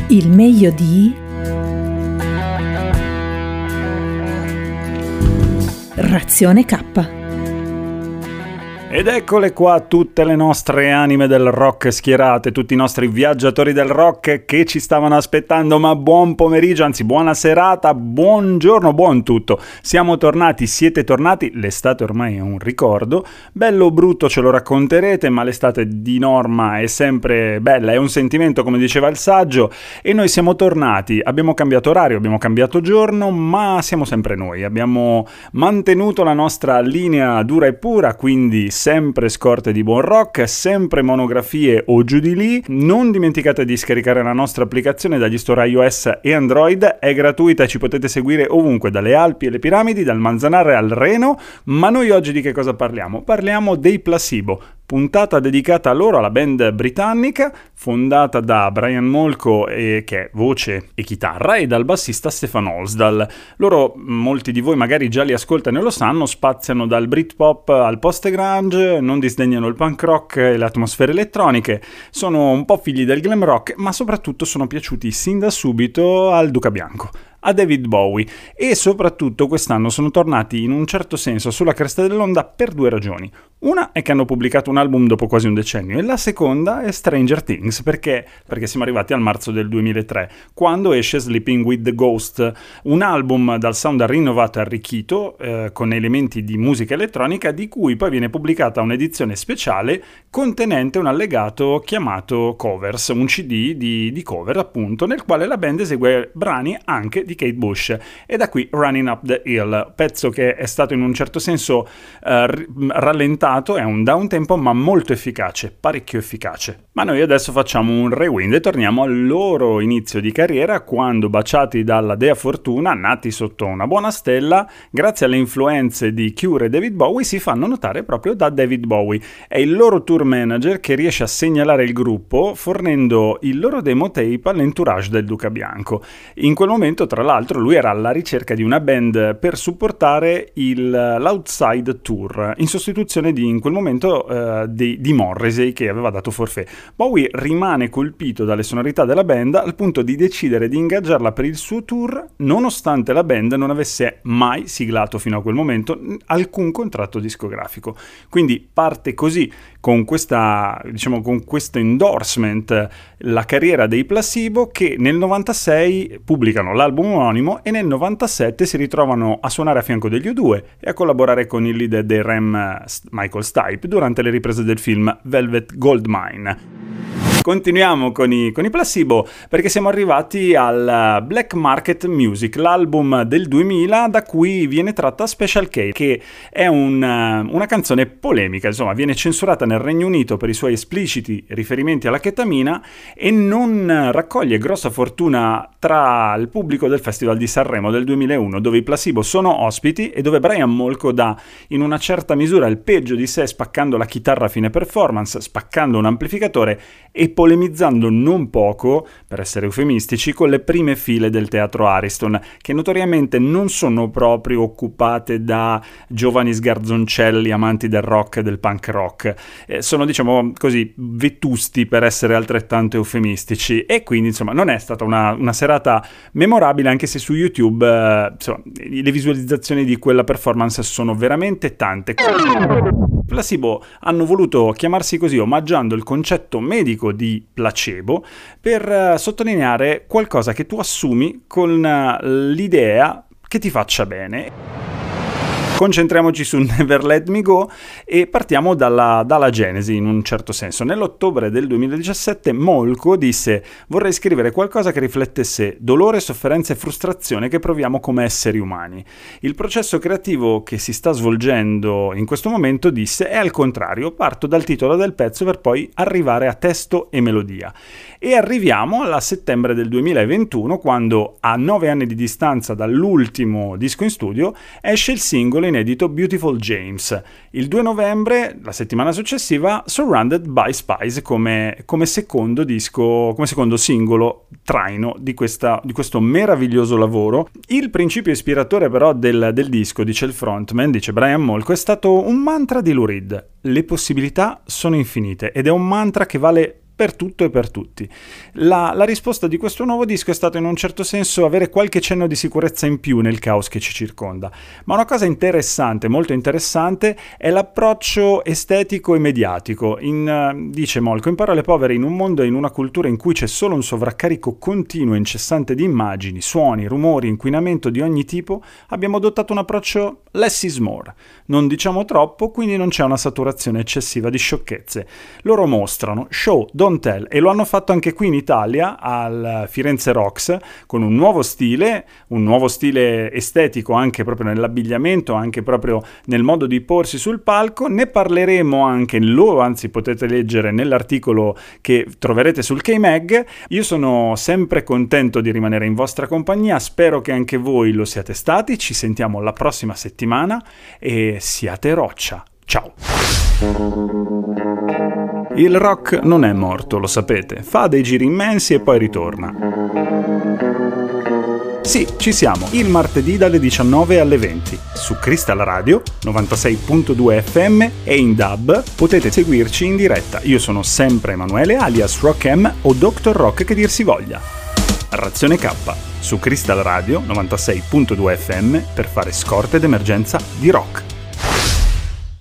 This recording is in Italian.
Il meglio di Razione K. Ed eccole qua tutte le nostre anime del rock schierate, tutti i nostri viaggiatori del rock che ci stavano aspettando, ma buon pomeriggio, anzi buona serata, buongiorno, buon tutto. Siamo tornati, siete tornati, l'estate ormai è un ricordo, bello o brutto ce lo racconterete, ma l'estate di norma è sempre bella, è un sentimento come diceva il saggio, e noi siamo tornati, abbiamo cambiato orario, abbiamo cambiato giorno, ma siamo sempre noi, abbiamo mantenuto la nostra linea dura e pura, quindi sempre scorte di buon rock, sempre monografie o giù di lì. Non dimenticate di scaricare la nostra applicazione dagli store iOS e Android, è gratuita e ci potete seguire ovunque, dalle Alpi alle Piramidi, dal Manzanare al Reno. Ma noi oggi di che cosa parliamo? Parliamo dei Placebo, puntata dedicata a loro, alla band britannica fondata da Brian Molko, che è voce e chitarra, e dal bassista Stefan Olsdal. Loro, molti di voi magari già li ascoltano e lo sanno, spaziano dal Britpop al post-grunge, non disdegnano il punk rock e le atmosfere elettroniche, sono un po' figli del glam rock, ma soprattutto sono piaciuti sin da subito al Duca Bianco, a David Bowie, e soprattutto quest'anno sono tornati in un certo senso sulla cresta dell'onda per due ragioni. Una è che hanno pubblicato un album dopo quasi un decennio, e la seconda è Stranger Things, perché siamo arrivati al marzo del 2003, quando esce Sleeping with the Ghost, un album dal sound rinnovato e arricchito, con elementi di musica elettronica, di cui poi viene pubblicata un'edizione speciale contenente un allegato chiamato Covers, un CD di cover appunto, nel quale la band esegue brani anche di Kate Bush, e da qui Running Up the Hill, pezzo che è stato in un certo senso rallentato, è un downtempo ma molto efficace, parecchio efficace. Ma noi adesso facciamo un rewind e torniamo al loro inizio di carriera, quando, baciati dalla dea fortuna, nati sotto una buona stella, grazie alle influenze di Cure e David Bowie, si fanno notare proprio da David Bowie. È il loro tour manager che riesce a segnalare il gruppo fornendo il loro demo tape all'entourage del Duca Bianco. In quel momento, tra l'altro, lui era alla ricerca di una band per supportare l'Outside Tour, in sostituzione in quel momento di Morrissey, che aveva dato forfait. Bowie rimane colpito dalle sonorità della band al punto di decidere di ingaggiarla per il suo tour, nonostante la band non avesse mai siglato fino a quel momento alcun contratto discografico. Quindi parte così, con con questo endorsement, la carriera dei Placebo, che nel 96 pubblicano l'album omonimo e nel 97 si ritrovano a suonare a fianco degli U2 e a collaborare con il leader dei Rem, Michael Stipe, durante le riprese del film Velvet Goldmine. Continuiamo con i Placebo, perché siamo arrivati al Black Market Music, l'album del 2000 da cui viene tratta Special K, che è una canzone polemica, insomma viene censurata nel Regno Unito per i suoi espliciti riferimenti alla chetamina e non raccoglie grossa fortuna tra il pubblico del Festival di Sanremo del 2001, dove i Placebo sono ospiti e dove Brian Molko dà in una certa misura il peggio di sé, spaccando la chitarra a fine performance, spaccando un amplificatore e polemizzando non poco, per essere eufemistici, con le prime file del teatro Ariston, che notoriamente non sono proprio occupate da giovani sgarzoncelli amanti del rock e del punk rock. Sono, diciamo così, vetusti, per essere altrettanto eufemistici, e quindi insomma non è stata una serata memorabile, anche se su YouTube le visualizzazioni di quella performance sono veramente tante. Placebo hanno voluto chiamarsi così, omaggiando il concetto medico di placebo, per sottolineare qualcosa che tu assumi con l'idea che ti faccia bene. Concentriamoci su Never Let Me Go e partiamo dalla genesi, in un certo senso. Nell'ottobre del 2017 Molko disse: vorrei scrivere qualcosa che riflettesse dolore, sofferenza e frustrazione che proviamo come esseri umani. Il processo creativo che si sta svolgendo in questo momento, disse, è al contrario, parto dal titolo del pezzo per poi arrivare a testo e melodia. E arriviamo alla settembre del 2021, quando, a 9 anni di distanza dall'ultimo disco in studio, esce il singolo inedito Beautiful James. Il 2 novembre, la settimana successiva, Surrounded by Spies come secondo disco, come secondo singolo traino di questo meraviglioso lavoro. Il principio ispiratore però del disco, dice il frontman, dice Brian Molko, è stato un mantra di Lou Reed. Le possibilità sono infinite ed è un mantra che vale per tutto e per tutti. La risposta di questo nuovo disco è stata in un certo senso avere qualche cenno di sicurezza in più nel caos che ci circonda. Ma una cosa interessante, molto interessante, è l'approccio estetico e mediatico. Dice Molko, in parole povere, in un mondo e in una cultura in cui c'è solo un sovraccarico continuo e incessante di immagini, suoni, rumori, inquinamento di ogni tipo, abbiamo adottato un approccio less is more. Non diciamo troppo, quindi non c'è una saturazione eccessiva di sciocchezze. Loro mostrano show, don't tell, e lo hanno fatto anche qui in Italia al Firenze Rocks con un nuovo stile estetico anche proprio nell'abbigliamento, anche proprio nel modo di porsi sul palco. Ne parleremo anche anzi potete leggere nell'articolo che troverete sul K-Mag. Io sono sempre contento di rimanere in vostra compagnia, spero che anche voi lo siate stati. Ci sentiamo la prossima settimana e siate roccia. Ciao! Il rock non è morto, lo sapete, fa dei giri immensi e poi ritorna. Sì, ci siamo, il martedì dalle 19 alle 20, su Crystal Radio 96.2 FM e in DAB potete seguirci in diretta. Io sono sempre Emanuele alias Rock M o Dr. Rock che dir si voglia. Razione K, su Crystal Radio 96.2 FM per fare scorte d'emergenza di rock.